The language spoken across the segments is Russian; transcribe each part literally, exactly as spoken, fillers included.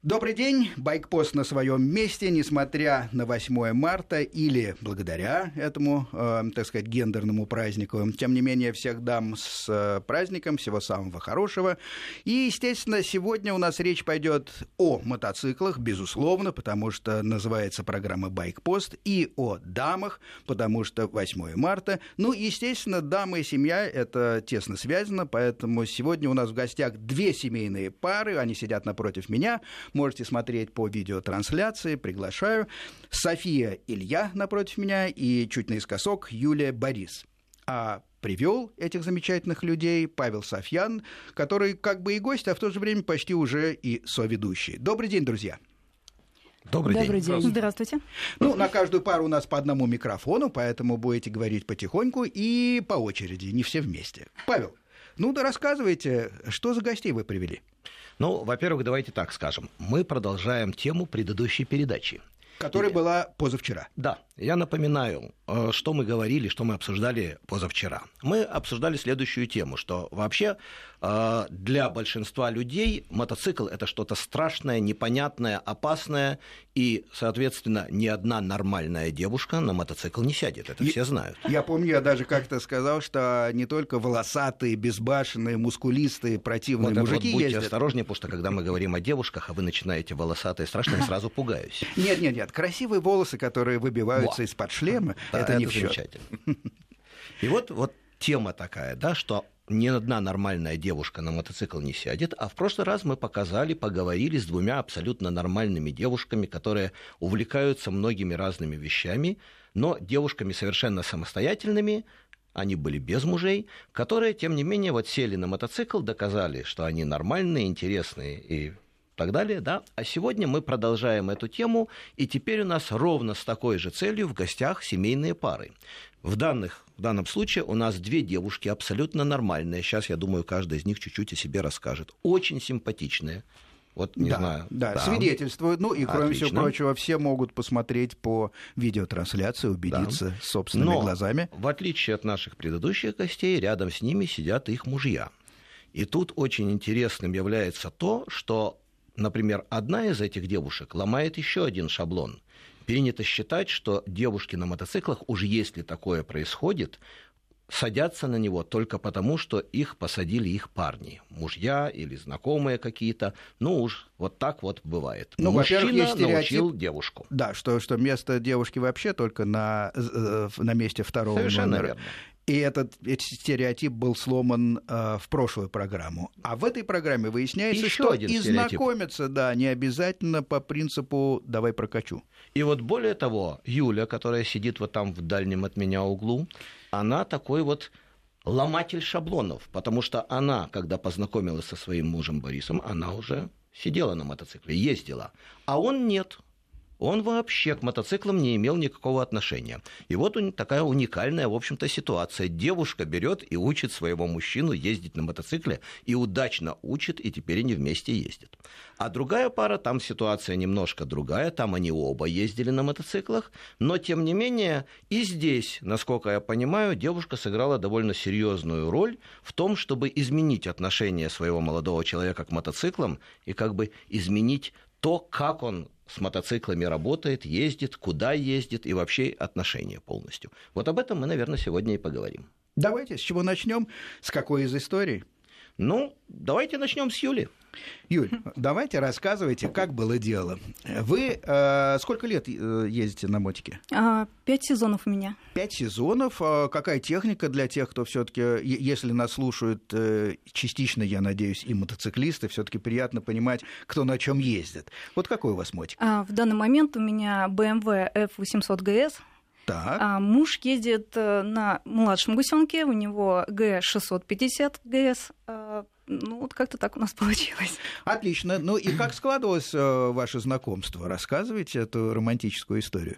Добрый день. Байкпост на своем месте, несмотря на восьмое марта или благодаря этому, э, так сказать, гендерному празднику. Тем не менее, всех дам с э, праздником, всего самого хорошего. И, естественно, сегодня у нас речь пойдет о мотоциклах, безусловно, потому что называется программа «Байкпост», и о дамах, потому что восьмое марта. Ну, естественно, дамы и семья — это тесно связано, поэтому сегодня у нас в гостях две семейные пары, они сидят напротив меня. Можете смотреть по видеотрансляции, приглашаю. София Илья напротив меня и чуть наискосок Юлия Борис. А привел этих замечательных людей Павел Софьян, который как бы и гость, а в то же время почти уже и соведущий. Добрый день, друзья. Добрый, Добрый день. день. Здравствуйте. Ну, на каждую пару у нас по одному микрофону, поэтому будете говорить потихоньку и по очереди, не все вместе. Павел, ну да рассказывайте, что за гостей вы привели? Ну, во-первых, давайте так скажем. Мы продолжаем тему предыдущей передачи. Которая И... была позавчера. Да. Я напоминаю, что мы говорили, что мы обсуждали позавчера. Мы обсуждали следующую тему, что вообще для большинства людей мотоцикл — это что-то страшное, непонятное, опасное, и, соответственно, ни одна нормальная девушка на мотоцикл не сядет. Это я, все знают. Я помню, я даже как-то сказал, что не только волосатые, безбашенные, мускулистые, противные вот мужики вот будьте ездят. осторожнее, потому что когда мы говорим о девушках, а вы начинаете волосатые, страшно, я сразу пугаюсь. Нет, нет, нет. Красивые волосы, которые выбиваются Во. из-под шлема, да, это, это не в счет. Замечательно. И вот, вот тема такая, да, что ни одна нормальная девушка на мотоцикл не сядет, а в прошлый раз мы показали, поговорили с двумя абсолютно нормальными девушками, которые увлекаются многими разными вещами, но девушками совершенно самостоятельными, они были без мужей, которые, тем не менее, вот сели на мотоцикл, доказали, что они нормальные, интересные и так далее, да. А сегодня мы продолжаем эту тему, и теперь у нас ровно с такой же целью в гостях семейные пары. В, данных, в данном случае у нас две девушки абсолютно нормальные. Сейчас, я думаю, каждая из них чуть-чуть о себе расскажет. Очень симпатичные. Вот, не да, знаю. Да, да, свидетельствуют. Ну и, кроме Отлично. всего прочего, все могут посмотреть по видеотрансляции, убедиться да. собственными Но, глазами. в отличие от наших предыдущих гостей, рядом с ними сидят их мужья. И тут очень интересным является то, что, например, одна из этих девушек ломает еще один шаблон. Принято считать, что девушки на мотоциклах, уж если такое происходит, садятся на него только потому, что их посадили их парни, мужья или знакомые какие-то. Ну уж вот так вот бывает. Ну, мужчина есть стереотип, научил девушку. Да, что, что место девушки вообще только на, на месте второго Совершенно номера. Верно. И этот, этот стереотип был сломан э, в прошлую программу. А в этой программе выясняется, Еще что один и стереотип. знакомиться, да, не обязательно по принципу «давай прокачу». И вот более того, Юля, которая сидит вот там в дальнем от меня углу, она такой вот ломатель шаблонов, потому что она, когда познакомилась со своим мужем Борисом, она уже сидела на мотоцикле, ездила, а он нет. Он вообще к мотоциклам не имел никакого отношения. И вот такая уникальная, в общем-то, ситуация. Девушка берет и учит своего мужчину ездить на мотоцикле, и удачно учит, и теперь они вместе ездят. А другая пара, там ситуация немножко другая, там они оба ездили на мотоциклах, но, тем не менее, и здесь, насколько я понимаю, девушка сыграла довольно серьезную роль в том, чтобы изменить отношение своего молодого человека к мотоциклам и как бы изменить то, как он с мотоциклами работает, ездит, куда ездит и вообще отношения полностью. Вот об этом мы, наверное, сегодня и поговорим. Давайте, с чего начнем? С какой из историй? Ну, давайте начнем с Юли. Юль, давайте рассказывайте, как было дело. Вы э, сколько лет ездите на мотике? А, пять сезонов у меня. Пять сезонов. А какая техника для тех, кто все-таки, если нас слушают э, частично, я надеюсь, и мотоциклисты, все-таки приятно понимать, кто на чем ездит. Вот какой у вас мотик? А, в данный момент у меня бэ эм вэ эф восемьсот джи эс. Так. А муж ездит на младшем гусенке, у него джи шестьсот пятьдесят джи эс. Ну, вот как-то так у нас получилось. Отлично. Ну и как складывалось ваше знакомство? Рассказывайте эту романтическую историю.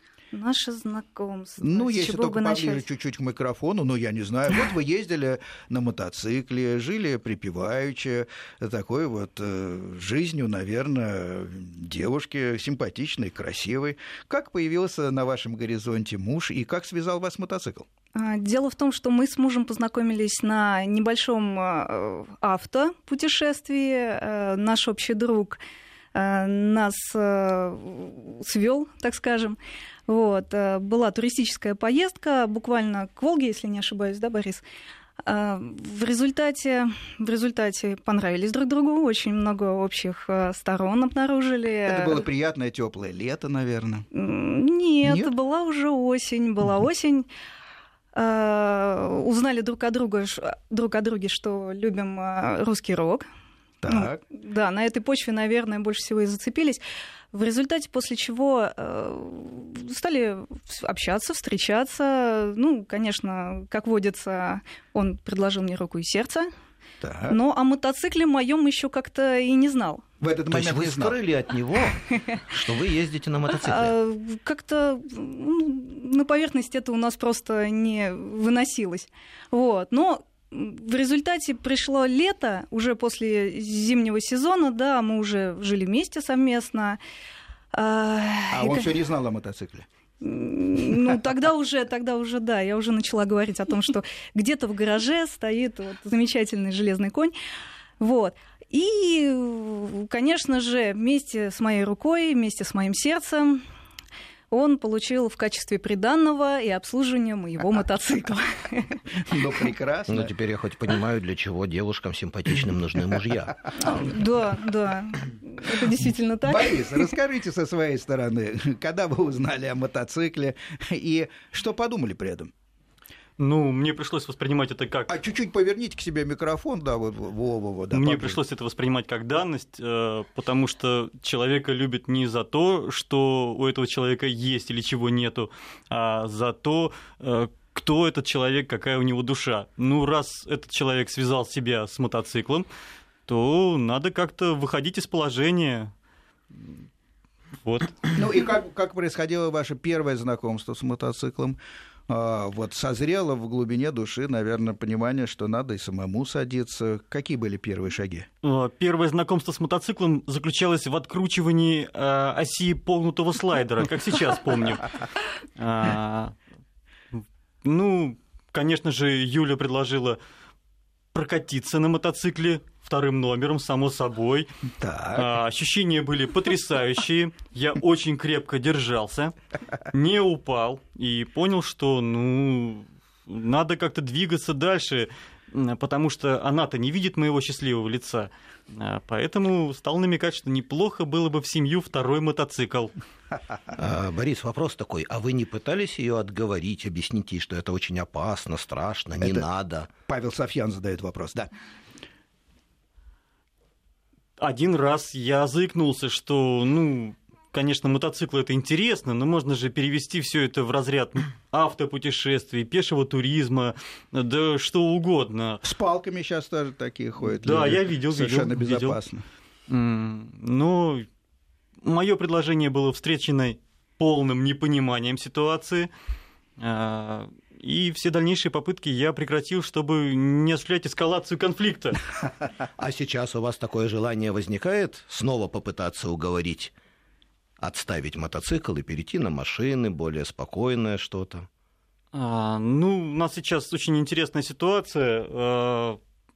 Наше знакомство. Ну, С если чего только бы поближе начать? чуть-чуть к микрофону, ну, я не знаю. Вот вы ездили на мотоцикле, жили припеваючи, такой вот э, жизнью, наверное, девушки симпатичной, красивой. Как появился на вашем горизонте муж и как связал вас мотоцикл? Дело в том, что мы с мужем познакомились на небольшом автопутешествии. Наш общий друг нас свел, так скажем. Вот. Была туристическая поездка, буквально к Волге, если не ошибаюсь, да, Борис? В результате, в результате понравились друг другу, очень много общих сторон обнаружили. Это было приятное, теплое лето, наверное? Нет, Нет? была уже осень, была угу. осень. Узнали друг о друге, друг о друге, что любим русский рок. Так. Ну, да, на этой почве, наверное, больше всего и зацепились. В результате, после чего э, стали общаться, встречаться. Ну, конечно, как водится, он предложил мне руку и сердце. Так. Но о мотоцикле моем еще как-то и не знал. В этот момент То есть вы не знал. скрыли от него, что вы ездите на мотоцикле? Как-то на поверхности это у нас просто не выносилось. Вот. Но в результате пришло лето, уже после зимнего сезона, да, мы уже жили вместе совместно. А И он как... все не знал о мотоцикле? Ну, тогда уже, тогда уже, да, я уже начала говорить о том, что где-то в гараже стоит вот замечательный железный конь. Вот. И, конечно же, вместе с моей рукой, вместе с моим сердцем он получил в качестве приданного и обслуживания моего мотоцикла. Ну, прекрасно. Ну, теперь я хоть понимаю, для чего девушкам симпатичным нужны мужья. Да, да, это действительно так. Борис, расскажите со своей стороны, когда вы узнали о мотоцикле и что подумали при этом? Ну, мне пришлось воспринимать это как... А чуть-чуть поверните к себе микрофон, да, вот, во-во-во. Да, мне поближе. пришлось это воспринимать как данность, потому что человека любят не за то, что у этого человека есть или чего нету, а за то, кто этот человек, какая у него душа. Ну, раз этот человек связал себя с мотоциклом, то надо как-то выходить из положения. Вот. Ну и как, как происходило ваше первое знакомство с мотоциклом? Вот созрело в глубине души, наверное, понимание, что надо и самому садиться. Какие были первые шаги? Первое знакомство с мотоциклом заключалось в откручивании э, оси погнутого слайдера, как сейчас помню. А, ну, конечно же, Юля предложила прокатиться на мотоцикле вторым номером, само собой. А, ощущения были потрясающие. Я очень крепко держался, не упал и понял, что ну, надо как-то двигаться дальше, потому что она-то не видит моего счастливого лица. А, поэтому стал намекать, что неплохо было бы в семью второй мотоцикл. А, Борис, вопрос такой. А вы не пытались ее отговорить, объяснить ей, что это очень опасно, страшно, не это надо? Павел Софьян задает вопрос, да. Один раз я заикнулся, что, ну, конечно, мотоцикл это интересно, но можно же перевести все это в разряд автопутешествий, пешего туризма, да что угодно. С палками сейчас тоже такие ходят. Да, люди. Я видел, совершенно видел. безопасно. Но мое предложение было встречено полным непониманием ситуации. И все дальнейшие попытки я прекратил, чтобы не осуществлять эскалацию конфликта. А сейчас у вас такое желание возникает снова попытаться уговорить отставить мотоцикл и перейти на машины, более спокойное что-то? А, ну, у нас сейчас очень интересная ситуация. А,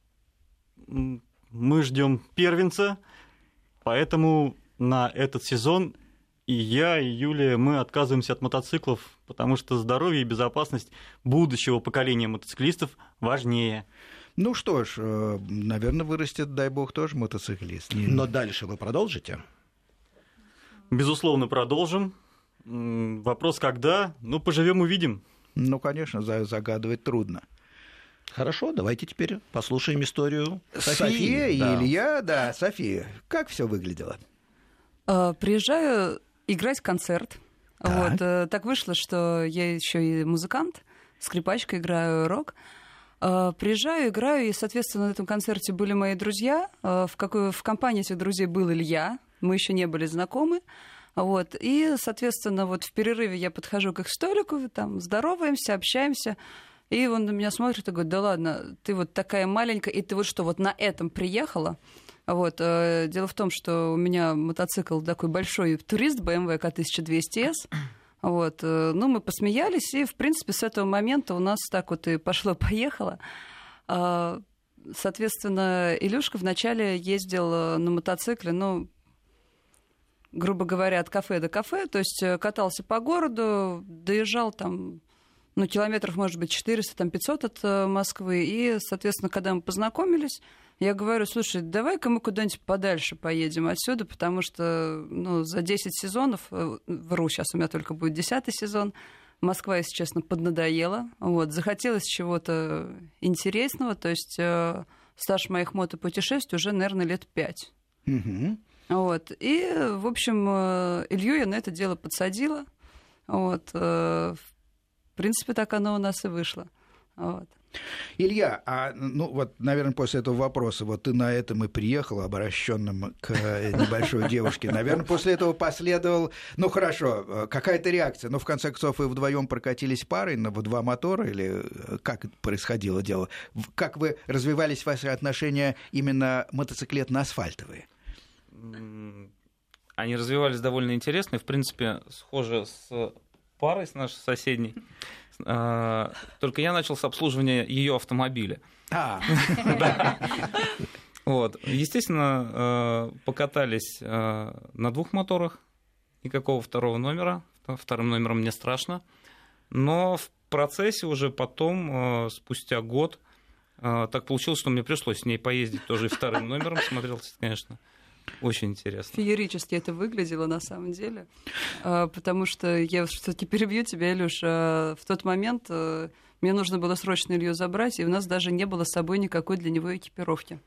мы ждем первенца, поэтому на этот сезон и я, и Юлия, мы отказываемся от мотоциклов, потому что здоровье и безопасность будущего поколения мотоциклистов важнее. Ну что ж, наверное, вырастет, дай бог, тоже мотоциклист. Но дальше вы продолжите? Безусловно, продолжим. Вопрос когда? Ну, поживем, увидим. Ну, конечно, загадывать трудно. Хорошо, давайте теперь послушаем историю Софии. София и да. Илья, да, София. Как все выглядело? Приезжаю играть концерт. Так. Вот, так вышло, что я еще и музыкант, скрипачка, играю рок. Приезжаю, играю, и, соответственно, на этом концерте были мои друзья. В, какой, в компании этих друзей был Илья, мы еще не были знакомы. Вот, и, соответственно, вот в перерыве я подхожу к их столику, там здороваемся, общаемся. И он на меня смотрит и говорит: да ладно, ты вот такая маленькая, и ты вот что, вот на этом приехала? Вот. Дело в том, что у меня мотоцикл такой большой турист бэ эм вэ ка тысяча двести эс. Вот. Ну, мы посмеялись, и, в принципе, с этого момента у нас так вот и пошло-поехало. Соответственно, Илюшка вначале ездил на мотоцикле, ну, грубо говоря, от кафе до кафе, то есть катался по городу, доезжал там, ну, километров, может быть, четыреста, там, пятьсот от Москвы, и, соответственно, когда мы познакомились, я говорю, слушай, давай-ка мы куда-нибудь подальше поедем отсюда, потому что, ну, за десять сезонов, вру, сейчас у меня только будет десятый сезон, Москва, если честно, поднадоела, вот, захотелось чего-то интересного, то есть э, стаж моих мотопутешествий уже, наверное, лет пять. Угу. Вот. И, в общем, Илью я на это дело подсадила. Вот. В принципе, так оно у нас и вышло. Вот. Илья, а ну вот, наверное, после этого вопроса, вот ты на этом и приехал, обращенным к небольшой девушке. Наверное, после этого последовал, ну хорошо, какая-то реакция. Но в конце концов вы вдвоем прокатились парой на два мотора, или как происходило дело? Как вы развивались ваши отношения именно мотоциклетно-асфальтовые? Они развивались довольно интересно, и, в принципе, схожи с парой, с нашей соседней. Только я начал с обслуживания ее автомобиля. А. Вот. Естественно, покатались на двух моторах, никакого второго номера. Вторым номером мне страшно. Но в процессе уже потом, спустя год, так получилось, что мне пришлось с ней поездить тоже и вторым номером. Смотрелось, конечно, очень интересно. Феерически это выглядело на самом деле, потому что я все-таки перебью тебя, Илюш. В тот момент мне нужно было срочно Илью забрать, и у нас даже не было с собой никакой для него экипировки.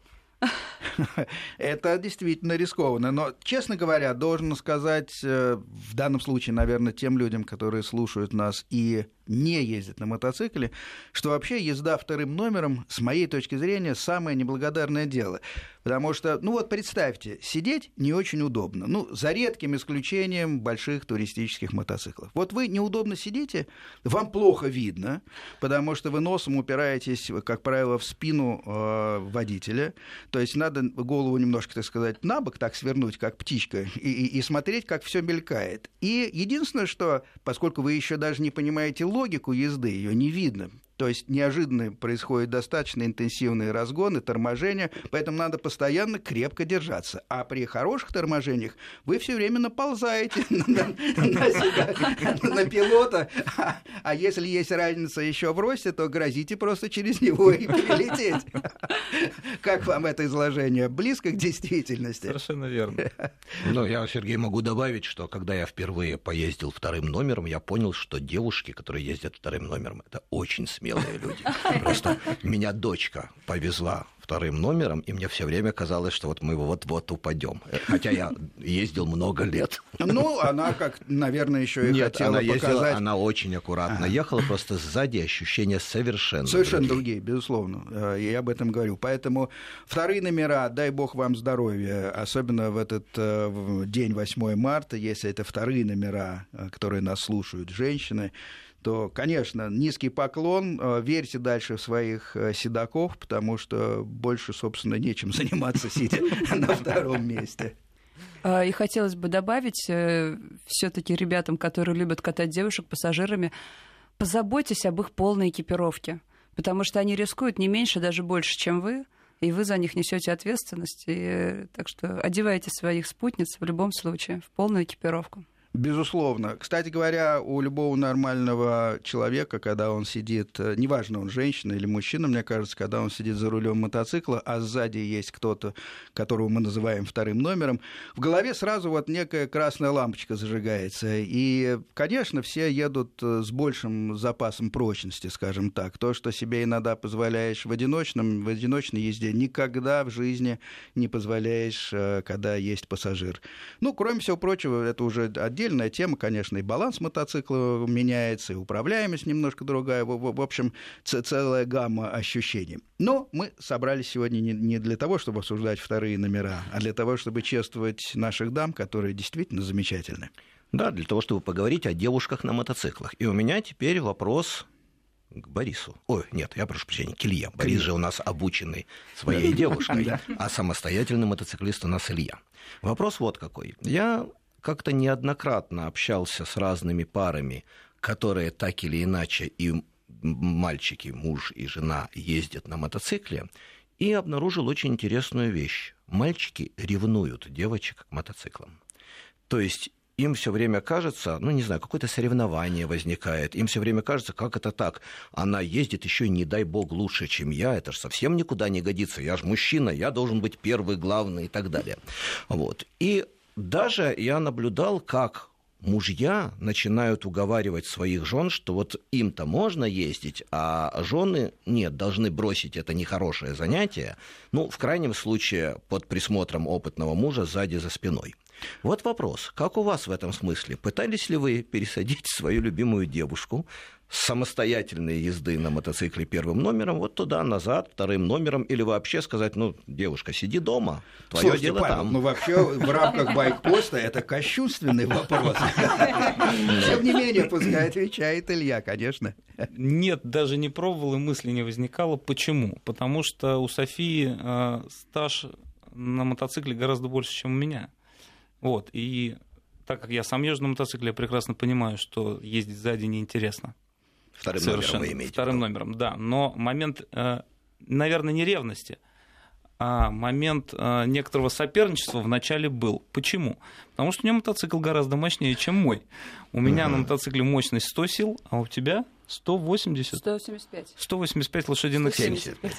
Это действительно рискованно. Но, честно говоря, должен сказать, в данном случае, наверное, тем людям, которые слушают нас и не ездят на мотоцикле, что вообще езда вторым номером, с моей точки зрения, самое неблагодарное дело. Потому что, ну вот представьте, сидеть не очень удобно. Ну, за редким исключением больших туристических мотоциклов. Вот вы неудобно сидите, вам плохо видно, потому что вы носом упираетесь, как правило, в спину э, водителя. То есть надо голову немножко, так сказать, на бок так свернуть, как птичка, и, и, и смотреть, как все мелькает. И единственное, что, поскольку вы еще даже не понимаете логику езды, ее не видно. То есть неожиданно происходят достаточно интенсивные разгоны, торможения, поэтому надо постоянно крепко держаться. А при хороших торможениях вы все время наползаете на, на себя, на пилота. А, а если есть разница еще в росте, то грозите просто через него и перелететь. Как вам это изложение? Близко к действительности? Совершенно верно. Ну, я, Сергей, могу добавить, что когда я впервые поездил вторым номером, я понял, что девушки, которые ездят вторым номером, это очень смелые люди. Просто меня дочка повезла вторым номером, и мне все время казалось, что вот мы вот-вот упадем. Хотя я ездил много лет. Ну, она, как, наверное, еще и Нет, хотела она ездила, показать... она очень аккуратно а. ехала, просто сзади ощущения совершенно Совершенно другие. другие, безусловно. Я об этом говорю. Поэтому вторые номера, дай бог вам здоровья, особенно в этот в день восьмого марта, если это вторые номера, которые нас слушают, женщины, то, конечно, низкий поклон, верьте дальше в своих седаков, потому что больше, собственно, нечем заниматься, сидя на втором месте. И хотелось бы добавить все-таки ребятам, которые любят катать девушек пассажирами, позаботьтесь об их полной экипировке, потому что они рискуют не меньше, даже больше, чем вы, и вы за них несете ответственность. И, так что одевайте своих спутниц в любом случае в полную экипировку. Безусловно. Кстати говоря, у любого нормального человека, когда он сидит, неважно, он женщина или мужчина, мне кажется, когда он сидит за рулем мотоцикла, а сзади есть кто-то, которого мы называем вторым номером, в голове сразу вот некая красная лампочка зажигается. И, конечно, все едут с большим запасом прочности, скажем так. То, что себе иногда позволяешь в одиночном, в одиночной езде, никогда в жизни не позволяешь, когда есть пассажир. Ну, кроме всего прочего, это уже отдельно. Отдельная тема, конечно, и баланс мотоцикла меняется, и управляемость немножко другая, в, в, в общем, ц- целая гамма ощущений. Но мы собрались сегодня не, не для того, чтобы обсуждать вторые номера, а для того, чтобы чествовать наших дам, которые действительно замечательны. Да, для того, чтобы поговорить о девушках на мотоциклах. И у меня теперь вопрос к Борису. Ой, нет, я прошу прощения, к Илье. Борис же у нас обученный своей девушкой, а самостоятельный мотоциклист у нас Илья. Вопрос вот какой. Я как-то неоднократно общался с разными парами, которые так или иначе, и мальчики, муж и жена, ездят на мотоцикле, и обнаружил очень интересную вещь. Мальчики ревнуют девочек к мотоциклам. То есть им все время кажется, ну, не знаю, какое-то соревнование возникает, им все время кажется, как это так? Она ездит еще и, не дай бог, лучше, чем я, это же совсем никуда не годится, я же мужчина, я должен быть первый, главный и так далее. Вот. И даже я наблюдал, как мужья начинают уговаривать своих жен, что вот им-то можно ездить, а жены нет, должны бросить это нехорошее занятие, ну, в крайнем случае, под присмотром опытного мужа сзади за спиной. Вот вопрос, как у вас в этом смысле? Пытались ли вы пересадить свою любимую девушку с самостоятельной езды на мотоцикле первым номером вот туда, назад, вторым номером, или вообще сказать, ну, девушка, сиди дома, твое Слушайте, дело Павел, там? Ну, вообще, в рамках байк-поста это кощунственный вопрос. Тем не менее, пускай отвечает Илья, конечно. Нет, даже не пробовал и мысли не возникало. Почему? Потому что у Софии э, стаж на мотоцикле гораздо больше, чем у меня. Вот, и так как я сам езжу на мотоцикле, я прекрасно понимаю, что ездить сзади неинтересно. Вторым Совершенно. номером вы имеете? Вторым номером, да. Но момент, наверное, не ревности, а момент некоторого соперничества вначале был. Почему? Потому что у него мотоцикл гораздо мощнее, чем мой. У меня uh-huh. на мотоцикле мощность сто сил, а у тебя сто восемьдесят. сто восемьдесят пять. сто восемьдесят пять лошадиных сил.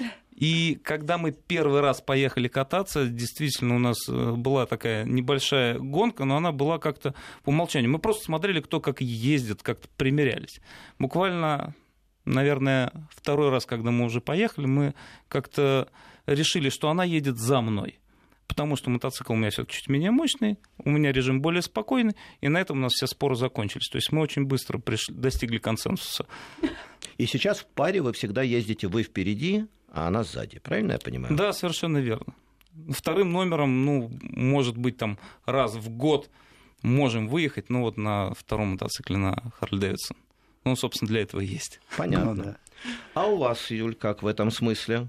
И когда мы первый раз поехали кататься, действительно у нас была такая небольшая гонка, но она была как-то по умолчанию. Мы просто смотрели, кто как ездит, как-то примерялись. Буквально, наверное, второй раз, когда мы уже поехали, мы как-то решили, что она едет за мной. Потому что мотоцикл у меня все-таки чуть менее мощный, у меня режим более спокойный, и на этом у нас все споры закончились. То есть мы очень быстро пришли, достигли консенсуса. И сейчас в паре вы всегда ездите вы впереди, а она сзади, правильно я понимаю? Да, совершенно верно. Вторым номером, ну, может быть, там раз в год можем выехать, ну, вот на втором мотоцикле на Harley-Davidson. Ну, собственно, для этого и есть. Понятно. Ну, да. А у вас, Юль, как в этом смысле?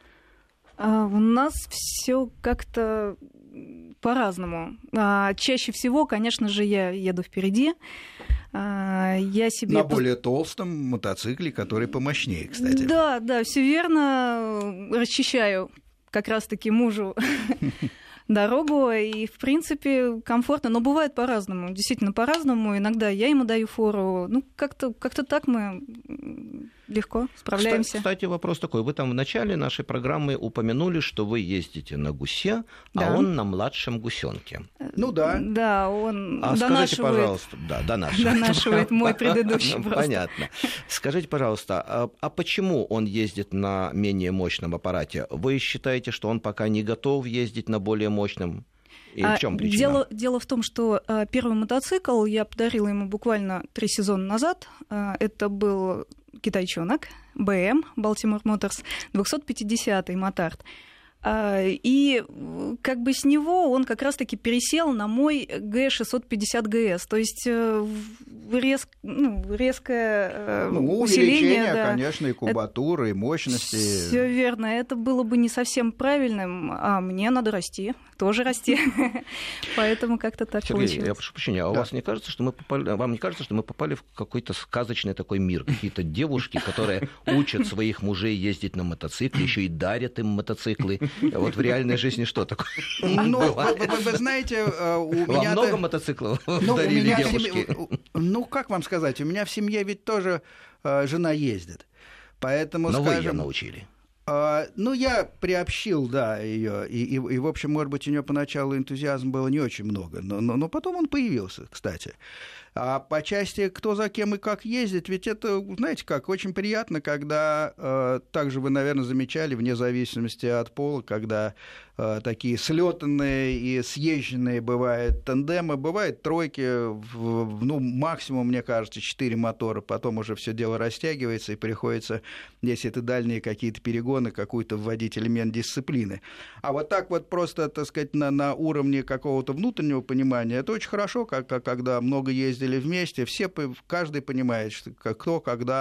А у нас все как-то по-разному. А, чаще всего, конечно же, я еду впереди. А, я себе на более толстом мотоцикле, который помощнее, кстати. Да, да, все верно. Расчищаю как раз-таки мужу дорогу, и, в принципе, комфортно, но бывает по-разному, действительно по-разному. Иногда я ему даю фору, ну, как-то, как-то так мы легко справляемся. Кстати, кстати, вопрос такой. Вы там в начале нашей программы упомянули, что вы ездите на гусе, да. а он на младшем гусенке. Ну да. Да, он а донашивает, скажите, пожалуйста, да, донашивает. донашивает мой предыдущий просто. Понятно. Скажите, пожалуйста, а, а почему он ездит на менее мощном аппарате? Вы считаете, что он пока не готов ездить на более мощном? И в чем причина? Дело, дело в том, что а, первый мотоцикл я подарила ему буквально три сезона назад. А, это был китайчонок бэ эм Baltimore Motors двести пятидесятый мотард. И как бы с него он как раз-таки пересел на мой джи шестьсот пятьдесят джи эс. То есть рез, ну, резкое ну, усиление. Увеличение, да. конечно, и кубатуры, и мощности. Все верно. Это было бы не совсем правильным, а мне надо расти, тоже расти. Поэтому как-то так Сергей, получилось. я прошу прощения, а у вас не кажется, что мы попали, вам не кажется, что мы попали в какой-то сказочный такой мир? Какие-то девушки, которые учат своих мужей ездить на мотоцикле, еще и дарят им мотоциклы. Вот в реальной жизни что такое? Ну, вы, вы, вы знаете, у меня... много мотоциклов ну, дарили у меня девушки? Семье... Ну, как вам сказать, у меня в семье ведь тоже э, жена ездит. Поэтому, Но скажем... вы ее научили. Uh, ну, я приобщил, да, ее, и, и, и, в общем, может быть, у нее поначалу энтузиазма было не очень много, но, но, но потом он появился, кстати. А по части кто за кем и как ездит, ведь это, знаете как, очень приятно, когда, э, также вы, наверное, замечали, вне зависимости от пола, когда э, такие слетанные и съезженные бывают тандемы, бывают тройки, в, ну, максимум, мне кажется, четыре мотора, потом уже все дело растягивается и приходится, если это дальние какие-то перегоны, какой-то вводить элемент дисциплины. А вот так вот просто, так сказать, на, на уровне какого-то внутреннего понимания, это очень хорошо, как, как, когда много ездили вместе, все, каждый понимает, что, кто, когда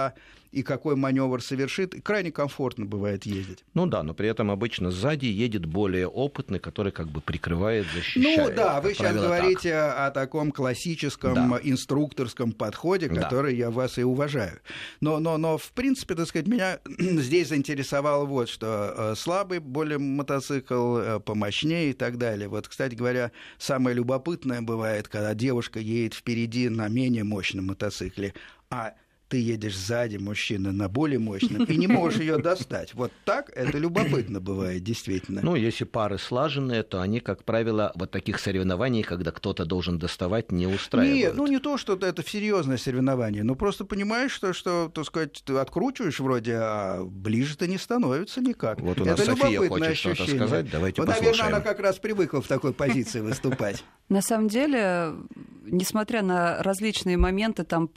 и какой маневр совершит, и крайне комфортно бывает ездить. Ну да, но при этом обычно сзади едет более опытный, который как бы прикрывает, защищает. Ну да, вы сейчас говорите так. о таком классическом да. инструкторском подходе, который да. я вас и уважаю. Но, но, но в принципе, так сказать, меня здесь заинтересовало вот что. Слабый более мотоцикл, помощнее и так далее. Вот, кстати говоря, самое любопытное бывает, когда девушка едет впереди на менее мощном мотоцикле, а ты едешь сзади, мужчина, на более мощном, и не можешь ее достать. Вот так это любопытно бывает, действительно. Ну, если пары слаженные, то они, как правило, вот таких соревнований, когда кто-то должен доставать, не устраивают. Нет, ну не то, что это серьезное соревнование, но просто понимаешь, что, что так сказать, ты откручиваешь вроде, а ближе-то не становится никак. Вот у нас это София хочет ощущение. что-то сказать, давайте вот, послушаем. Наверное, она как раз привыкла в такой позиции выступать. На самом деле, несмотря на различные моменты там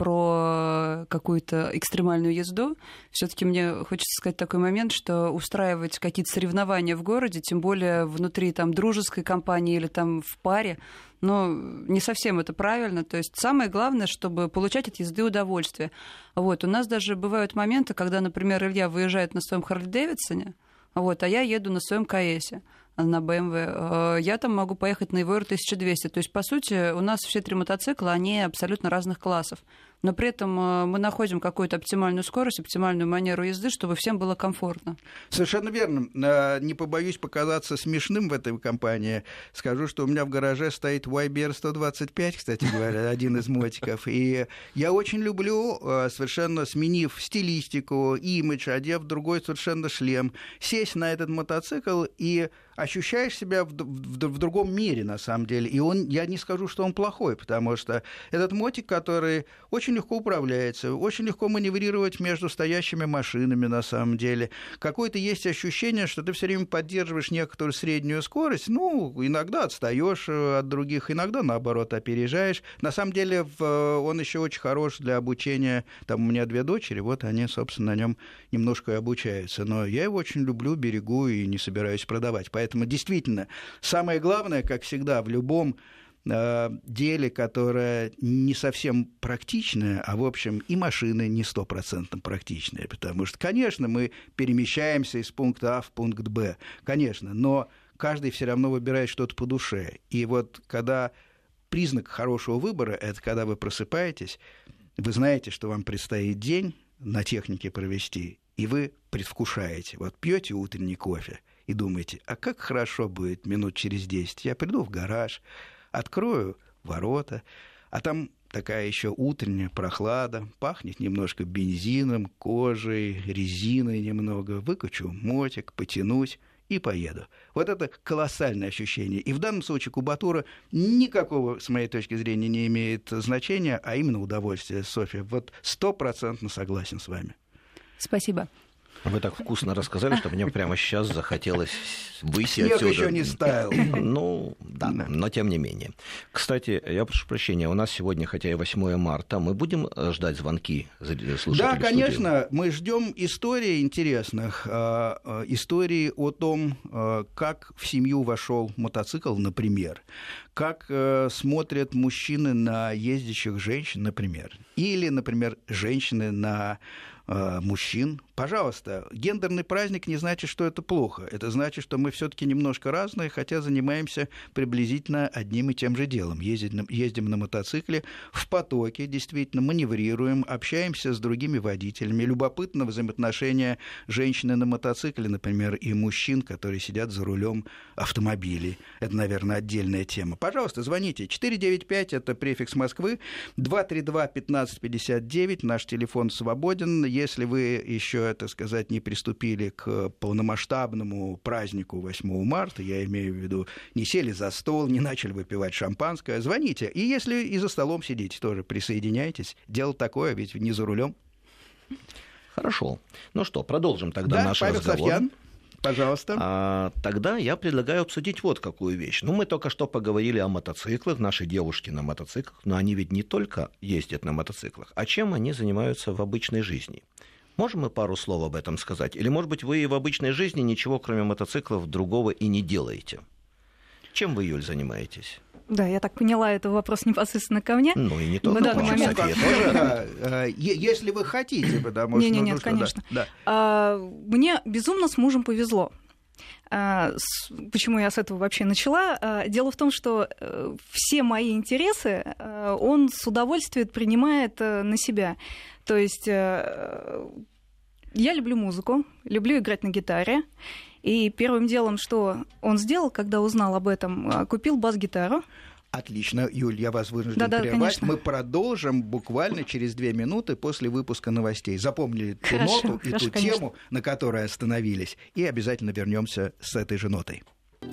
про какую-то экстремальную езду, все-таки мне хочется сказать такой момент, что устраивать какие-то соревнования в городе, тем более внутри там дружеской компании или там в паре, но не совсем это правильно. То есть самое главное, чтобы получать от езды удовольствие. Вот. У нас даже бывают моменты, когда, например, Илья выезжает на своем Харли-Дэвидсоне, вот, а я еду на своем КСе, на бэ эм вэ. Я там могу поехать на его эр тысяча двести. То есть, по сути, у нас все три мотоцикла, они абсолютно разных классов. Но при этом мы находим какую-то оптимальную скорость, оптимальную манеру езды, чтобы всем было комфортно. Совершенно верно. Не побоюсь показаться смешным в этой компании. Скажу, что у меня в гараже стоит вай би ар сто двадцать пять, кстати говоря, один из мотиков. И я очень люблю, совершенно сменив стилистику, имидж, одев другой совершенно шлем, сесть на этот мотоцикл и ощущаешь себя в, в, в другом мире, на самом деле. И он, я не скажу, что он плохой, потому что этот мотик, который очень легко управляется, очень легко маневрировать между стоящими машинами, на самом деле. Какое-то есть ощущение, что ты все время поддерживаешь некоторую среднюю скорость, ну, иногда отстаешь от других, иногда, наоборот, опережаешь. На самом деле, он еще очень хорош для обучения. Там у меня две дочери, вот они, собственно, на нем немножко и обучаются. Но я его очень люблю, берегу и не собираюсь продавать. Поэтому, действительно, самое главное, как всегда, в любом э, деле, которое не совсем практичное, а, в общем, и машины не стопроцентно практичные, потому что, конечно, мы перемещаемся из пункта А в пункт Б, конечно, но каждый все равно выбирает что-то по душе. И вот когда признак хорошего выбора – это когда вы просыпаетесь, вы знаете, что вам предстоит день на технике провести, и вы предвкушаете. Вот пьете утренний кофе и думаете, а как хорошо будет минут через десять. Я приду в гараж, открою ворота, а там такая еще утренняя прохлада, пахнет немножко бензином, кожей, резиной немного. Выкачу мотик, потянусь и поеду. Вот это колоссальное ощущение. И в данном случае кубатура никакого, с моей точки зрения, не имеет значения, а именно удовольствие, Софья. Вот стопроцентно согласен с вами. Спасибо. Вы так вкусно рассказали, что мне прямо сейчас захотелось выйти Снег отсюда. еще не стаял. Ну, да, да, но тем не менее. Кстати, я прошу прощения, у нас сегодня, хотя и восьмое марта, мы будем ждать звонки слушателей? Да, конечно, студии? Мы ждем историй интересных, истории о том, как в семью вошел мотоцикл, например, как смотрят мужчины на ездящих женщин, например, или, например, женщины на мужчин. Пожалуйста, гендерный праздник не значит, что это плохо. Это значит, что мы все-таки немножко разные, хотя занимаемся приблизительно одним и тем же делом. Ездим, ездим на мотоцикле в потоке, действительно, маневрируем, общаемся с другими водителями. Любопытно взаимоотношения женщины на мотоцикле, например, и мужчин, которые сидят за рулем автомобилей. Это, наверное, отдельная тема. Пожалуйста, звоните. четыре девять пять, это префикс Москвы, два три два пятнадцать пятьдесят девять, наш телефон свободен. Если вы еще, так сказать, не приступили к полномасштабному празднику восьмого марта, я имею в виду, не сели за стол, не начали выпивать шампанское, звоните. И если и за столом сидите, тоже присоединяйтесь. Дело такое, ведь не за рулем. Хорошо. Ну что, продолжим тогда да, наш Павел разговор. Софьян, пожалуйста. А, тогда я предлагаю обсудить вот какую вещь. Ну, мы только что поговорили о мотоциклах, наши девушки на мотоциклах, но они ведь не только ездят на мотоциклах, а чем они занимаются в обычной жизни. Можем мы пару слов об этом сказать? Или, может быть, вы и в обычной жизни ничего, кроме мотоциклов, другого и не делаете? Чем вы, Юль, занимаетесь? Да, я так поняла, это вопрос непосредственно ко мне. Ну и не только в данный к вам, момент. София, тоже. Да, э, е- если вы хотите, потому что... Не, не, ну, нет, что, конечно. да, да. А, мне безумно с мужем повезло. А, с- почему я с этого вообще начала? А, дело в том, что э, все мои интересы э, он с удовольствием принимает э, на себя. То есть э, я люблю музыку, люблю играть на гитаре. И первым делом, что он сделал, когда узнал об этом, э, купил бас-гитару. Отлично, Юль, я вас вынужден Да-да, прервать. конечно. Мы продолжим буквально через две минуты после выпуска новостей. Запомнили ту Хорошо, ноту и хорошо, ту конечно. тему, на которой остановились, и обязательно вернемся с этой же нотой.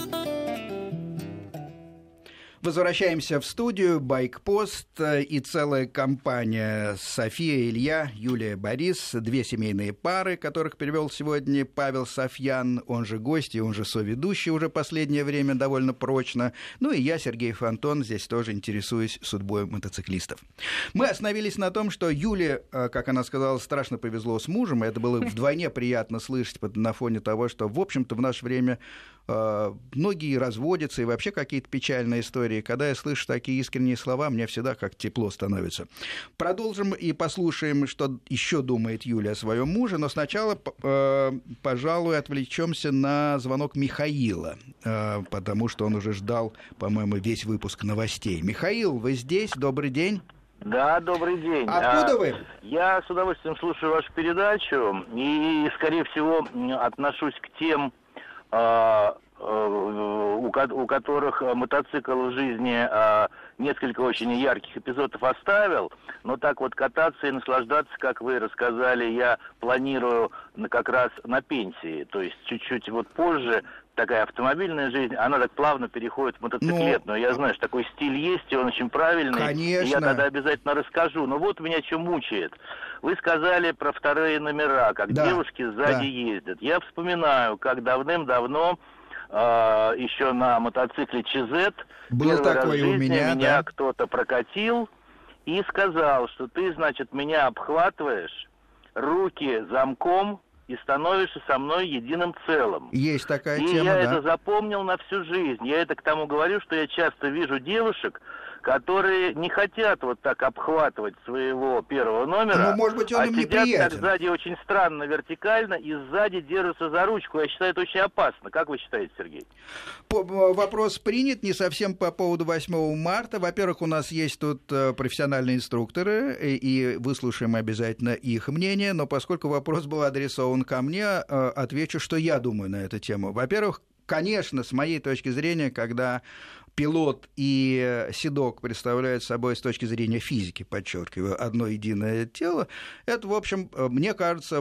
Возвращаемся в студию. Байкпост и целая компания: София, Илья, Юлия, Борис. Две семейные пары, которых перевел сегодня Павел Софьян, он же гость и он же соведущий уже последнее время довольно прочно. Ну и я, Сергей Фонтон, здесь тоже интересуюсь судьбой мотоциклистов. Мы остановились на том, что Юле, как она сказала, страшно повезло с мужем, и это было вдвойне приятно слышать на фоне того, что, в общем-то, в наше время многие разводятся, и вообще какие-то печальные истории. Когда я слышу такие искренние слова, мне всегда как тепло становится. Продолжим и послушаем, что еще думает Юля о своем муже, но сначала, пожалуй, отвлечемся на звонок Михаила, потому что он уже ждал, по-моему, весь выпуск новостей. Михаил, вы здесь? Добрый день. Да, добрый день. Откуда вы? Я с удовольствием слушаю вашу передачу и, скорее всего, отношусь к тем, у которых мотоцикл в жизни несколько очень ярких эпизодов оставил, но так вот кататься и наслаждаться, как вы рассказали, я планирую как раз на пенсии, то есть чуть-чуть вот позже. Такая автомобильная жизнь, она так плавно переходит в мотоциклетную. Я знаю, что такой стиль есть, и он очень правильный. Конечно. И я тогда обязательно расскажу. Но вот меня что мучает. Вы сказали про вторые номера, как да, девушки сзади да. ездят. Я вспоминаю, как давным-давно э, еще на мотоцикле ЧЗ Был первый раз в такой жизни у меня, меня да. кто-то прокатил и сказал, что ты, значит, меня обхватываешь, руки замком, и становишься со мной единым целым. Есть такая и тема, я да. это запомнил на всю жизнь. Я это к тому говорю, что я часто вижу девушек, которые не хотят вот так обхватывать своего первого номера, Ну, может быть, он а им сидят неприятен. так сзади очень странно, вертикально, и сзади держатся за ручку. Я считаю, это очень опасно. Как вы считаете, Сергей? По- Вопрос принят, не совсем по поводу восьмого марта. Во-первых, у нас есть тут э, профессиональные инструкторы, и, и выслушаем обязательно их мнение, но поскольку вопрос был адресован ко мне, э, отвечу, что я думаю на эту тему. Во-первых, конечно, с моей точки зрения, когда пилот и седок представляют собой с точки зрения физики, подчеркиваю, одно единое тело, это, в общем, мне кажется,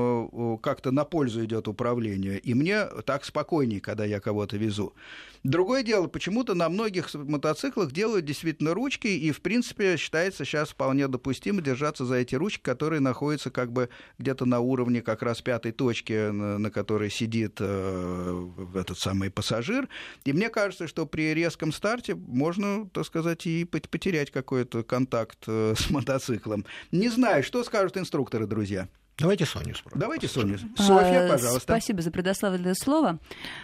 как-то на пользу идет управлению. И мне так спокойнее, когда я кого-то везу. Другое дело, почему-то на многих мотоциклах делают действительно ручки, и, в принципе, считается сейчас вполне допустимо держаться за эти ручки, которые находятся как бы где-то на уровне как раз пятой точки, на, на которой сидит э, этот самый пассажир. И мне кажется, что при резком старте можно, так сказать, и потерять какой-то контакт э, с мотоциклом. Не знаю, что скажут инструкторы, друзья. Давайте Соню спросим. Давайте Соню. Софья, пожалуйста. Спасибо за предоставленное слово.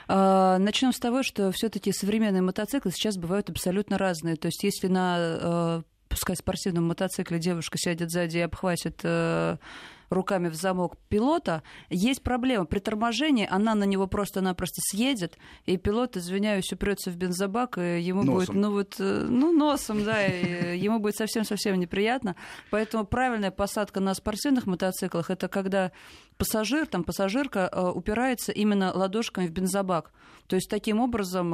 Начнем с того, что все-таки современные мотоциклы сейчас бывают абсолютно разные. То есть, если на, пускай, спортивном мотоцикле девушка сядет сзади и обхватит руками в замок пилота, есть проблема. При торможении она на него просто-напросто съедет, и пилот, извиняюсь, упрется в бензобак, и ему носом. будет, ну вот, ну носом, да, и ему будет совсем-совсем неприятно. Поэтому правильная посадка на спортивных мотоциклах — это когда пассажир, там пассажирка упирается именно ладошками в бензобак. То есть таким образом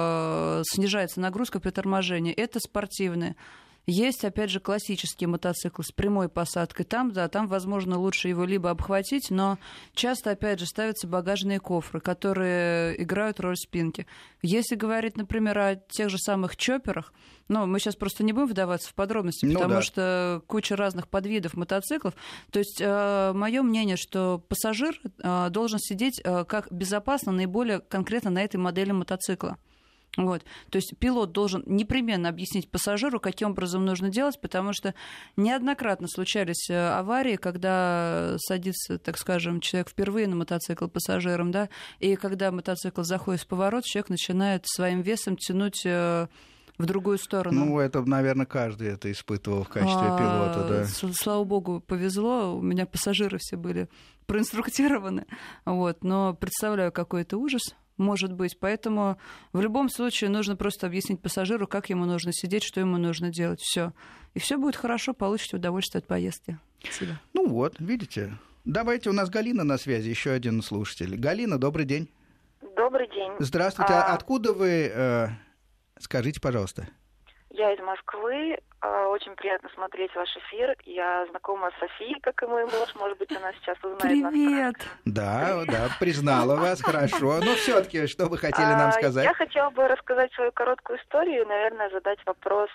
снижается нагрузка при торможении. Это спортивные. Есть, опять же, классические мотоциклы с прямой посадкой. Там, да, там, возможно, лучше его либо обхватить, но часто, опять же, ставятся багажные кофры, которые играют роль спинки. Если говорить, например, о тех же самых чопперах, ну, мы сейчас просто не будем вдаваться в подробности, ну, потому да. что куча разных подвидов мотоциклов. То есть, э, мое мнение, что пассажир э, должен сидеть э, как безопасно, наиболее конкретно на этой модели мотоцикла. Вот. То есть пилот должен непременно объяснить пассажиру, каким образом нужно делать, потому что неоднократно случались аварии, когда садится, так скажем, человек впервые на мотоцикл пассажиром, да, и когда мотоцикл заходит в поворот, человек начинает своим весом тянуть в другую сторону. Ну, это, наверное, каждый это испытывал в качестве а, пилота, да. Слава богу, повезло, у меня пассажиры все были проинструктированы, вот, но представляю, какой это ужас может быть, поэтому в любом случае нужно просто объяснить пассажиру, как ему нужно сидеть, что ему нужно делать, все. И все будет хорошо, получите удовольствие от поездки. Спасибо. Ну вот, видите. Давайте, у нас Галина на связи, еще один слушатель. Галина, добрый день. Добрый день. Здравствуйте. А... Откуда вы? Э, скажите, пожалуйста. Я из Москвы. Очень приятно смотреть ваш эфир. Я знакома с Софией, как и мой муж. Может быть, она сейчас узнает. Привет. Нас. Да, да, признала вас, хорошо. Но все-таки, что вы хотели нам сказать? Я хотела бы рассказать свою короткую историю и, наверное, задать вопрос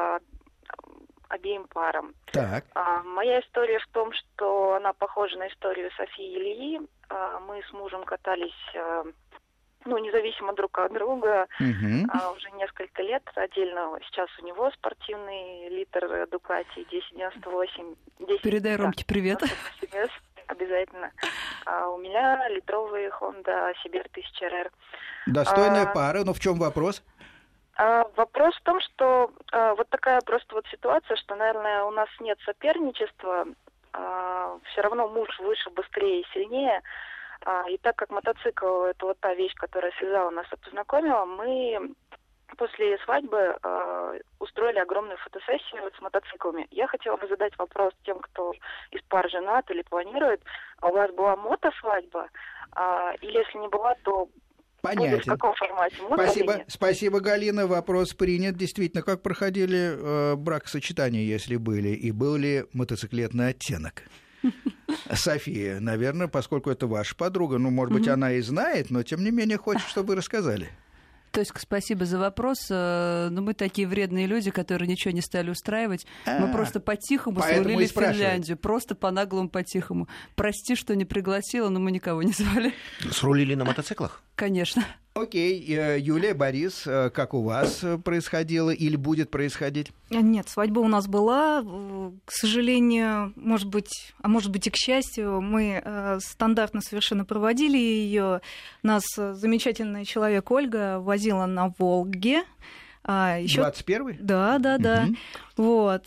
обеим парам. Так. Моя история в том, что она похожа на историю Софии и Ильи. Мы с мужем катались... ну, независимо друг от друга, uh-huh. а, уже несколько лет. Отдельно сейчас у него спортивный литр Ducati десять девяносто восемь. десять, Передай да, Ромке привет. Обязательно. А у меня литровый Honda Сибирь тысяча эр эр. Достойная а, пара, но в чем вопрос? А, вопрос в том, что а, вот такая просто вот ситуация, что, наверное, у нас нет соперничества, а, все равно муж выше, быстрее и сильнее. И так как мотоцикл – это вот та вещь, которая связала нас и познакомила, мы после свадьбы э, устроили огромную фотосессию с мотоциклами. Я хотела бы задать вопрос тем, кто из пар женат или планирует. А у вас была мотосвадьба? А, или если не была, то понятен. Будет в каком формате? Спасибо, спасибо, Галина. Вопрос принят. Действительно, как проходили э, бракосочетания, если были? И был ли мотоциклетный оттенок? София, наверное, поскольку это ваша подруга, ну, может быть, mm-hmm. она и знает, но, тем не менее, хочет, чтобы вы рассказали. Тоська, спасибо за вопрос. Но мы такие вредные люди, которые ничего не стали устраивать. А, мы просто по-тихому срулили в Финляндию. Просто по-наглому, по-тихому. Прости, что не пригласила, но мы никого не звали. Срулили на мотоциклах? Конечно. Окей. Юлия, Борис, как у вас происходило или будет происходить? Нет, свадьба у нас была. К сожалению, может быть, а может быть и к счастью, мы стандартно совершенно проводили ее. Нас замечательный человек Ольга возила на Волге. А ещё... двадцать первый? Да, да, да. Угу. Вот.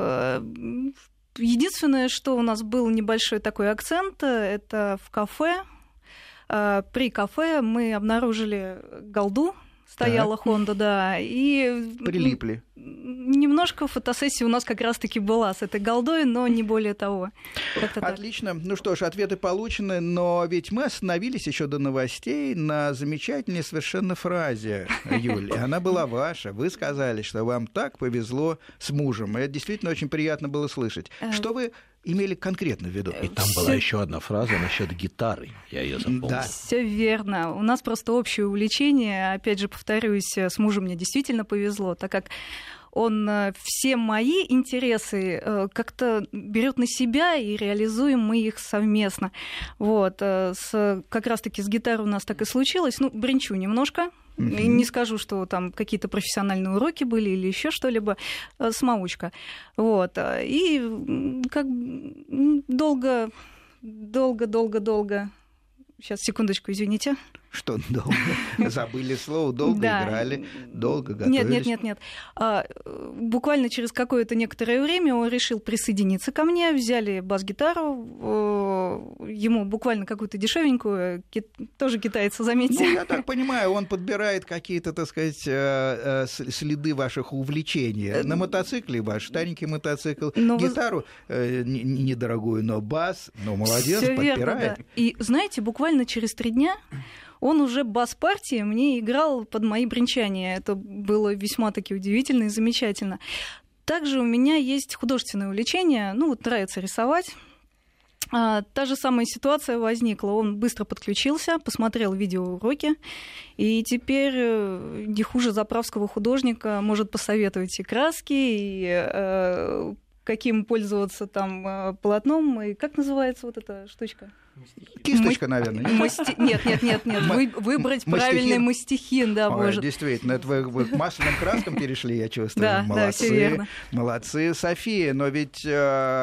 Единственное, что у нас был небольшой такой акцент, это в кафе. При кафе мы обнаружили голду, стояла Honda, да, и... Прилипли. Немножко фотосессия у нас как раз-таки была с этой голдой, но не более того. Как-то отлично. Так. Ну что ж, ответы получены, но ведь мы остановились еще до новостей на замечательной совершенно фразе, Юлия. Она была ваша. Вы сказали, что вам так повезло с мужем. И это действительно очень приятно было слышать. Что вы имели конкретно в виду? И там была еще одна фраза насчет гитары. Я ее запомнил. Да. Все верно. У нас просто общее увлечение. Опять же, повторюсь, с мужем мне действительно повезло, так как он все мои интересы как-то берет на себя, и реализуем мы их совместно. Вот. С, как раз-таки с гитарой у нас так и случилось. Ну, бренчу немножко. Mm-hmm. Не скажу, что там какие-то профессиональные уроки были или еще что-либо, самоучка. Вот. И как долго, долго, долго, долго. Сейчас, секундочку, извините. Что долго? Забыли слово, долго да. играли, долго готовились. Нет, нет, нет, нет. А, буквально через какое-то некоторое время он решил присоединиться ко мне, взяли бас-гитару, ему буквально какую-то дешевенькую, тоже китайца, заметьте. Ну, я так понимаю, он подбирает какие-то, так сказать, следы ваших увлечений. На мотоцикле ваш старенький мотоцикл, но гитару вы... недорогую, но бас, ну, молодец, всё подбирает. Верно, да. И знаете, буквально через три дня он уже бас-партии мне играл под мои бренчания. Это было весьма-таки удивительно и замечательно. Также у меня есть художественное увлечение. Ну, вот нравится рисовать. А, та же самая ситуация возникла. Он быстро подключился, посмотрел видеоуроки, и теперь не хуже заправского художника может посоветовать и краски, и э, каким пользоваться там полотном, и как называется вот эта штучка? Кисточка, наверное. Масти... Нет, нет, нет, нет. Вы... Выбрать мастихин. Правильный мастихин, да, Ой, может. Действительно, это вы, вы к масляным краскам перешли, я чувствую. Да, молодцы, да, все верно. Молодцы, София. Но ведь э,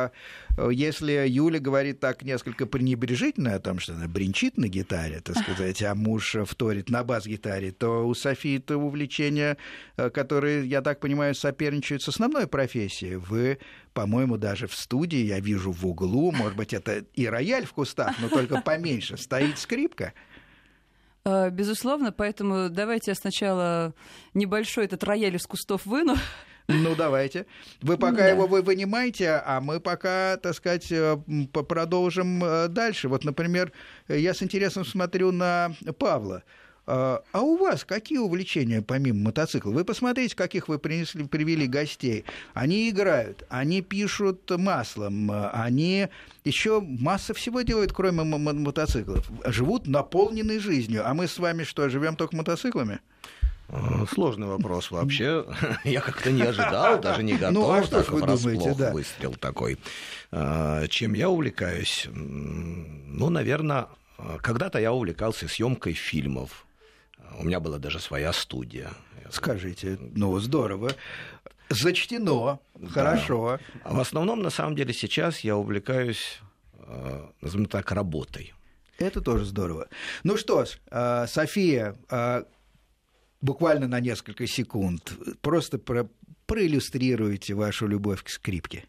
Если Юля говорит так несколько пренебрежительно о том, что она бренчит на гитаре, так сказать, а муж вторит на бас-гитаре, то у Софии-то увлечения, которые, я так понимаю, соперничают с основной профессией. Вы, по-моему, даже в студии, я вижу в углу, может быть, это и рояль в кустах, но только поменьше, стоит скрипка. Безусловно, поэтому давайте я сначала небольшой этот рояль из кустов выну. Ну, давайте. Вы пока да. его вы вынимаете, а мы пока, так сказать, продолжим дальше. Вот, например, я с интересом смотрю на Павла. А у вас какие увлечения помимо мотоцикла? Вы посмотрите, каких вы принесли, привели гостей. Они играют, они пишут маслом, они еще масса всего делают, кроме мотоциклов. Живут наполненной жизнью. А мы с вами что, живем только мотоциклами? Сложный вопрос вообще. Я как-то не ожидал, даже не готов. Ну, а что ж вы врасплох думаете, да. Выстрел такой. Чем я увлекаюсь? Ну, наверное, когда-то я увлекался съемкой фильмов. У меня была даже своя студия. Скажите, ну, здорово. Зачтено. Да. Хорошо. А в основном, на самом деле, сейчас я увлекаюсь, назовем так, работой. Это тоже здорово. Ну что ж, София, буквально на несколько секунд просто про, проиллюстрируйте вашу любовь к скрипке.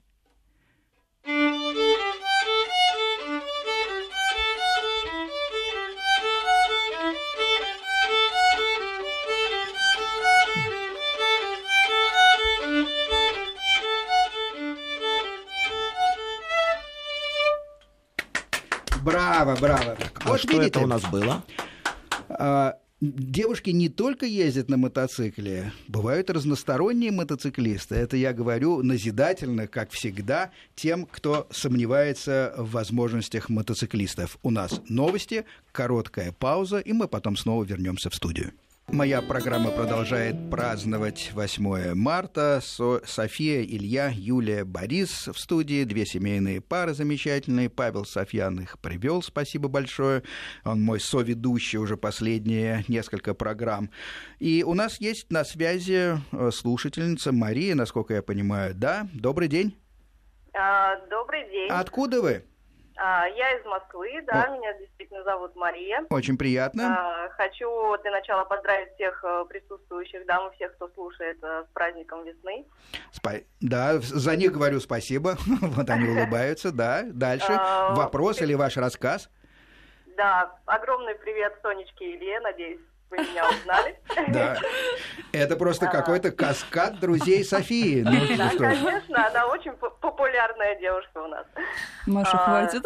Браво, браво. А вот что видите, это у нас было? Девушки не только ездят на мотоцикле, бывают разносторонние мотоциклисты. Это я говорю назидательно, как всегда, тем, кто сомневается в возможностях мотоциклистов. У нас новости, короткая пауза, и мы потом снова вернемся в студию. Моя программа продолжает праздновать восьмое марта. Со- София, Илья, Юлия, Борис в студии. Две семейные пары замечательные. Павел Софьян их привел, спасибо большое. Он мой соведущий уже последние несколько программ. И у нас есть на связи слушательница Мария, насколько я понимаю. Да, добрый день. А, добрый день. Откуда вы? А, я из Москвы, да, О. меня действительно зовут Мария. Очень приятно. А, хочу для начала поздравить всех присутствующих дам и всех, кто слушает, с праздником весны. Спа- да, за них говорю спасибо. Вот они улыбаются, да. Дальше. Вопрос или ваш рассказ? Да, огромный привет Сонечке и Илье, надеюсь, вы меня узнали. Да, это просто какой-то каскад друзей Софии. Ну, да, что? конечно, она очень популярная девушка у нас. Маша, а, хватит.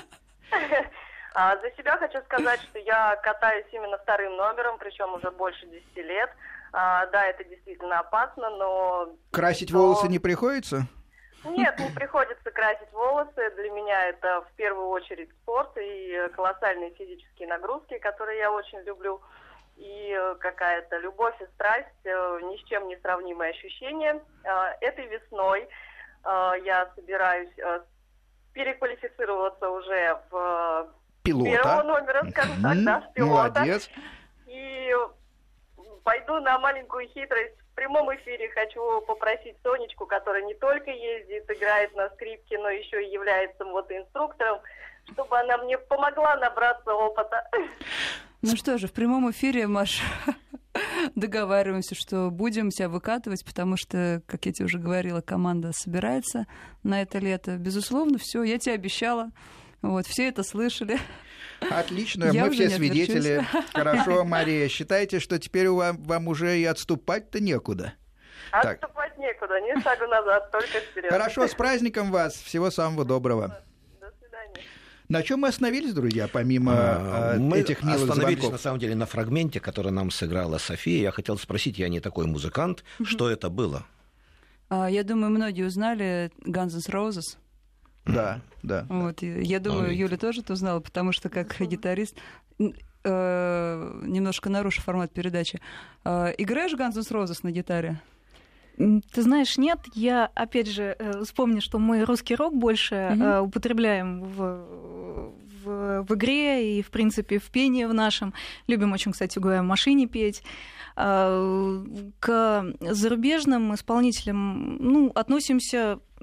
А, за себя хочу сказать, что я катаюсь именно вторым номером, причем уже больше десяти лет. А, да, это действительно опасно, но... Красить но... волосы не приходится? Нет, не приходится красить волосы. Для меня это в первую очередь спорт и колоссальные физические нагрузки, которые я очень люблю. И какая-то любовь и страсть, ни с чем не сравнимые ощущения. Этой весной я собираюсь переквалифицироваться уже в пилота. Первого номера, скажем так, да, в пилота. Молодец. И пойду на маленькую хитрость. В прямом эфире хочу попросить Сонечку, которая не только ездит, играет на скрипке, но еще и является мотоинструктором, чтобы она мне помогла набраться опыта. Ну что же, в прямом эфире, Маш, договариваемся, что будем тебя выкатывать, потому что, как я тебе уже говорила, команда собирается на это лето. Безусловно, все, я тебе обещала. Вот, все это слышали. Отлично, я мы все не свидетели. Хорошо, Мария, считайте, что теперь вам, вам уже и отступать-то некуда. Отступать так. некуда, ни шагу назад, только вперед. Хорошо, с праздником вас, всего самого доброго. До свидания. На чем мы остановились, друзья, помимо а, мы этих милых звонков? Мы остановились, на самом деле, на фрагменте, который нам сыграла София. Я хотел спросить, я не такой музыкант, mm-hmm. что это было? Я думаю, многие узнали Guns N' Roses. Да, да. Вот, я думаю, Юля тоже это узнала, потому что как гитарист, э, немножко нарушу формат передачи. Э, играешь Guns N' Roses на гитаре? Ты знаешь, нет, я, опять же, вспомню, что мы русский рок больше mm-hmm. употребляем в, в, в игре и, в принципе, в пении в нашем. Любим очень, кстати говоря, в машине петь. К зарубежным исполнителям, ну, относимся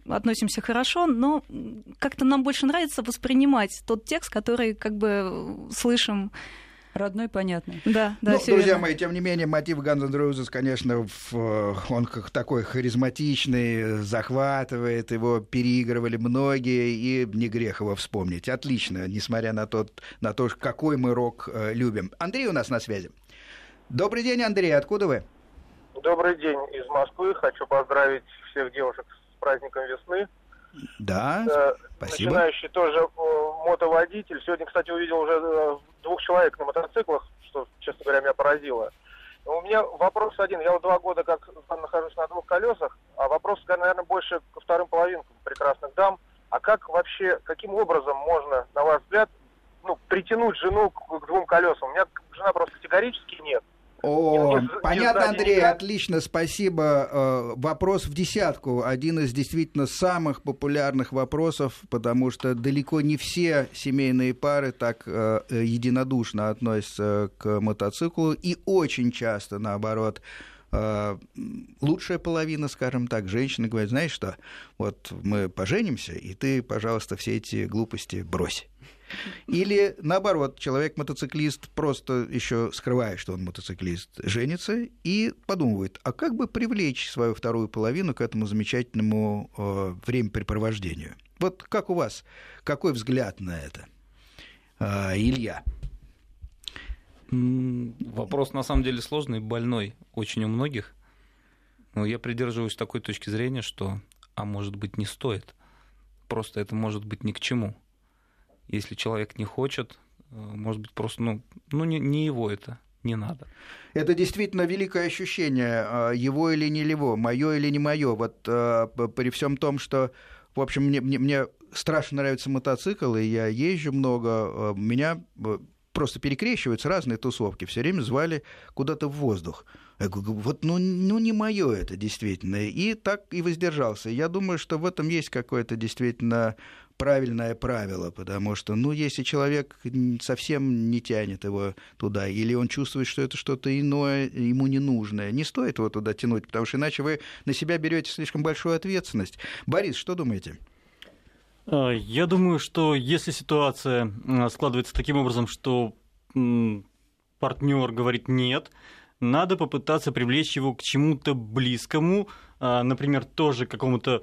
относимся хорошо, но как-то нам больше нравится воспринимать тот текст, который как бы слышим. Родной, понятный. Да, да, ну, всё друзья верно. мои, тем не менее, мотив Guns N' Roses, конечно, в, он как такой харизматичный, захватывает, его переигрывали многие, и не грех его вспомнить. Отлично, несмотря на, тот, на то, какой мы рок э, любим. Андрей у нас на связи. Добрый день, Андрей, откуда вы? Добрый день, из Москвы. Хочу поздравить всех девушек с праздником весны. Да, э, спасибо. Начинающий тоже э, мотоводитель. Сегодня, кстати, увидел уже э, двух человек на мотоциклах, что, честно говоря, меня поразило. У меня вопрос один. Я вот два года как нахожусь на двух колесах, а вопрос, наверное, больше ко вторым половинкам прекрасных дам. А как вообще, каким образом можно, на ваш взгляд, ну, притянуть жену к, к двум колесам? У меня жена просто категорически нет. О, не, понятно, не Андрей, не отлично, спасибо. Вопрос в десятку. Один из действительно самых популярных вопросов, потому что далеко не все семейные пары так единодушно относятся к мотоциклу, и очень часто, наоборот, лучшая половина, скажем так, женщины говорит: знаешь что, вот мы поженимся, и ты, пожалуйста, все эти глупости брось. Или, наоборот, человек-мотоциклист просто еще скрывает, что он мотоциклист, женится и подумывает, а как бы привлечь свою вторую половину к этому замечательному э, времяпрепровождению. Вот как у вас, какой взгляд на это, э, Илья? Вопрос на самом деле сложный, больной очень у многих. Но я придерживаюсь такой точки зрения, что, а может быть, не стоит. Просто это может быть ни к чему. Если человек не хочет, может быть, просто, ну, ну не, не его это, не надо. Это действительно великое ощущение, его или не его, мое или не мое. Вот при всем том, что, в общем, мне, мне, мне страшно нравится мотоцикл, и я езжу много, меня просто перекрещиваются разные тусовки, все время звали куда-то в воздух. Я говорю, вот, ну, ну не мое это действительно. И так и воздержался. Я думаю, что в этом есть какое-то действительно правильное правило, потому что, ну, если человек совсем не тянет его туда, или он чувствует, что это что-то иное, ему ненужное, не стоит его туда тянуть, потому что иначе вы на себя берете слишком большую ответственность. Борис, что думаете? Я думаю, что если ситуация складывается таким образом, что партнер говорит «нет», надо попытаться привлечь его к чему-то близкому, например, тоже к какому-то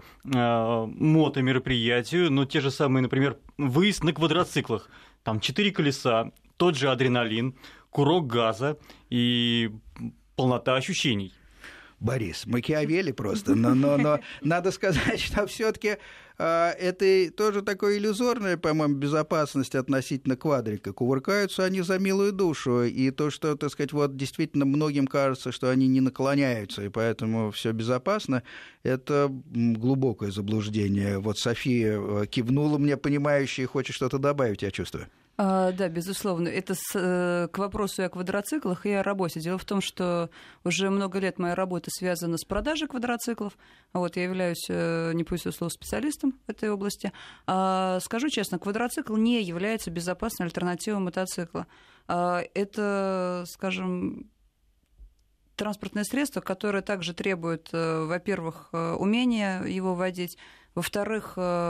мотомероприятию, но те же самые, например, выезд на квадроциклах. Там четыре колеса, тот же адреналин, курок газа и полнота ощущений. Борис, Макиавелли просто, но, но, но надо сказать, что все-таки э, это тоже такое иллюзорная, по-моему, безопасность относительно квадрика. Кувыркаются они за милую душу, и то, что, так сказать, вот действительно многим кажется, что они не наклоняются, и поэтому все безопасно, это глубокое заблуждение. Вот София кивнула мне, понимающая, и хочет что-то добавить, я чувствую. А, да, безусловно. Это с, э, к вопросу о квадроциклах и о работе. Дело в том, что уже много лет моя работа связана с продажей квадроциклов. Вот, я являюсь, э, не пусть слово, специалистом в этой области. А, скажу честно, квадроцикл не является безопасной альтернативой мотоцикла. А, это, скажем, транспортное средство, которое также требует, э, во-первых, умения его водить, во-вторых,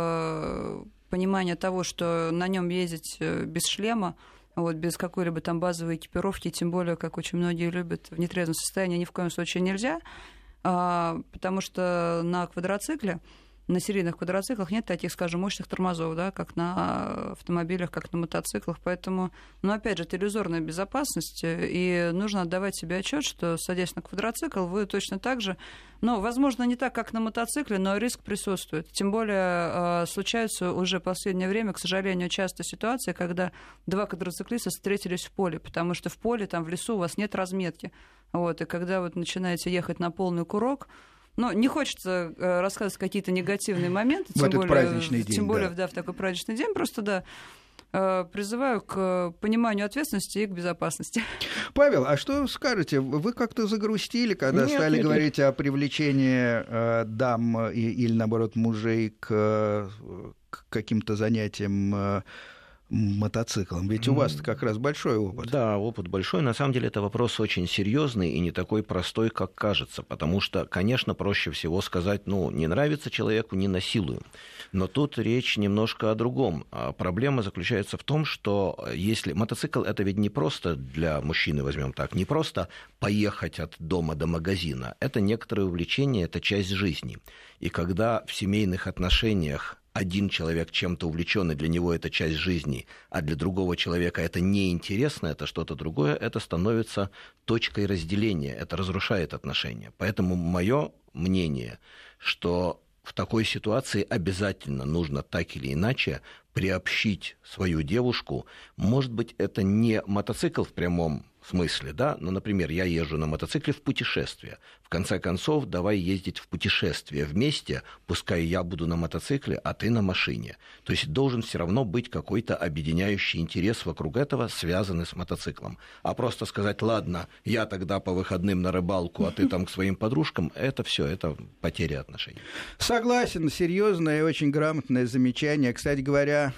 э, понимание того, что на нем ездить без шлема, вот, без какой-либо там базовой экипировки, тем более, как очень многие любят, в нетрезвом состоянии ни в коем случае нельзя, потому что на квадроцикле, на серийных квадроциклах нет таких, скажем, мощных тормозов, да, как на автомобилях, как на мотоциклах. Поэтому, ну, опять же, это иллюзорная безопасность, и нужно отдавать себе отчет, что, садясь на квадроцикл, вы точно так же, ну, возможно, не так, как на мотоцикле, но риск присутствует. Тем более случаются уже в последнее время, к сожалению, часто ситуации, когда два квадроциклиста встретились в поле, потому что в поле, там, в лесу у вас нет разметки. Вот, и когда вы начинаете ехать на полный курок, ну, не хочется э, рассказывать какие-то негативные моменты, в тем этот более, праздничный день, тем более да. Да, в такой праздничный день, просто, да, э, призываю к пониманию ответственности и к безопасности. Павел, а что скажете? Вы как-то загрустили, когда нет, стали нет, говорить нет. о привлечении э, дам и, или, наоборот, мужей к, к каким-то занятиям э, мотоциклом? Ведь у вас как раз большой опыт. Да, опыт большой. На самом деле это вопрос очень серьезный и не такой простой, как кажется. Потому что, конечно, проще всего сказать, ну, не нравится человеку, не насилуем. Но тут речь немножко о другом. Проблема заключается в том, что если мотоцикл, это ведь не просто для мужчины, возьмем так, не просто поехать от дома до магазина. Это некоторое увлечение, это часть жизни. И когда в семейных отношениях один человек чем-то увлечен, и для него это часть жизни, а для другого человека это неинтересно, это что-то другое, это становится точкой разделения, это разрушает отношения. Поэтому мое мнение, что в такой ситуации обязательно нужно так или иначе приобщить свою девушку. Может быть, это не мотоцикл в прямом смысле, да, но, например, я езжу на мотоцикле в путешествие. В конце концов, давай ездить в путешествие вместе, пускай я буду на мотоцикле, а ты на машине. То есть должен все равно быть какой-то объединяющий интерес вокруг этого, связанный с мотоциклом. А просто сказать, ладно, я тогда по выходным на рыбалку, а ты там к своим подружкам, это все, это потеря отношений. Согласен, серьезное и очень грамотное замечание. Кстати говоря,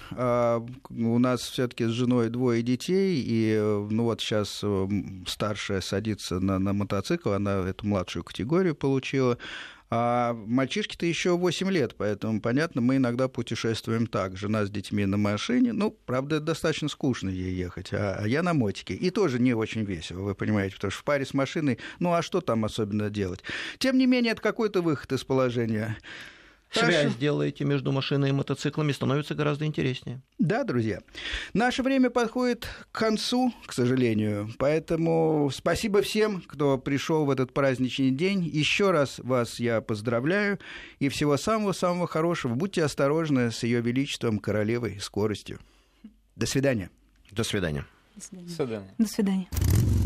у нас все-таки с женой двое детей, и ну вот сейчас старшая садится на, на мотоцикл, она эту младшую категорию получила, а мальчишке-то еще восемь лет, поэтому, понятно, мы иногда путешествуем так, жена с детьми на машине, ну, правда, достаточно скучно ей ехать, а, а я на мотике, и тоже не очень весело, вы понимаете, потому что в паре с машиной, ну, а что там особенно делать? Тем не менее, это какой-то выход из положения. Связь Хорошо. делаете между машиной и мотоциклами, становится гораздо интереснее. Да, друзья. Наше время подходит к концу, к сожалению. Поэтому спасибо всем, кто пришел в этот праздничный день. Еще раз вас я поздравляю. И всего самого-самого хорошего. Будьте осторожны с Ее Величеством Королевой скоростью. До свидания. До свидания. До свидания. До свидания. До свидания.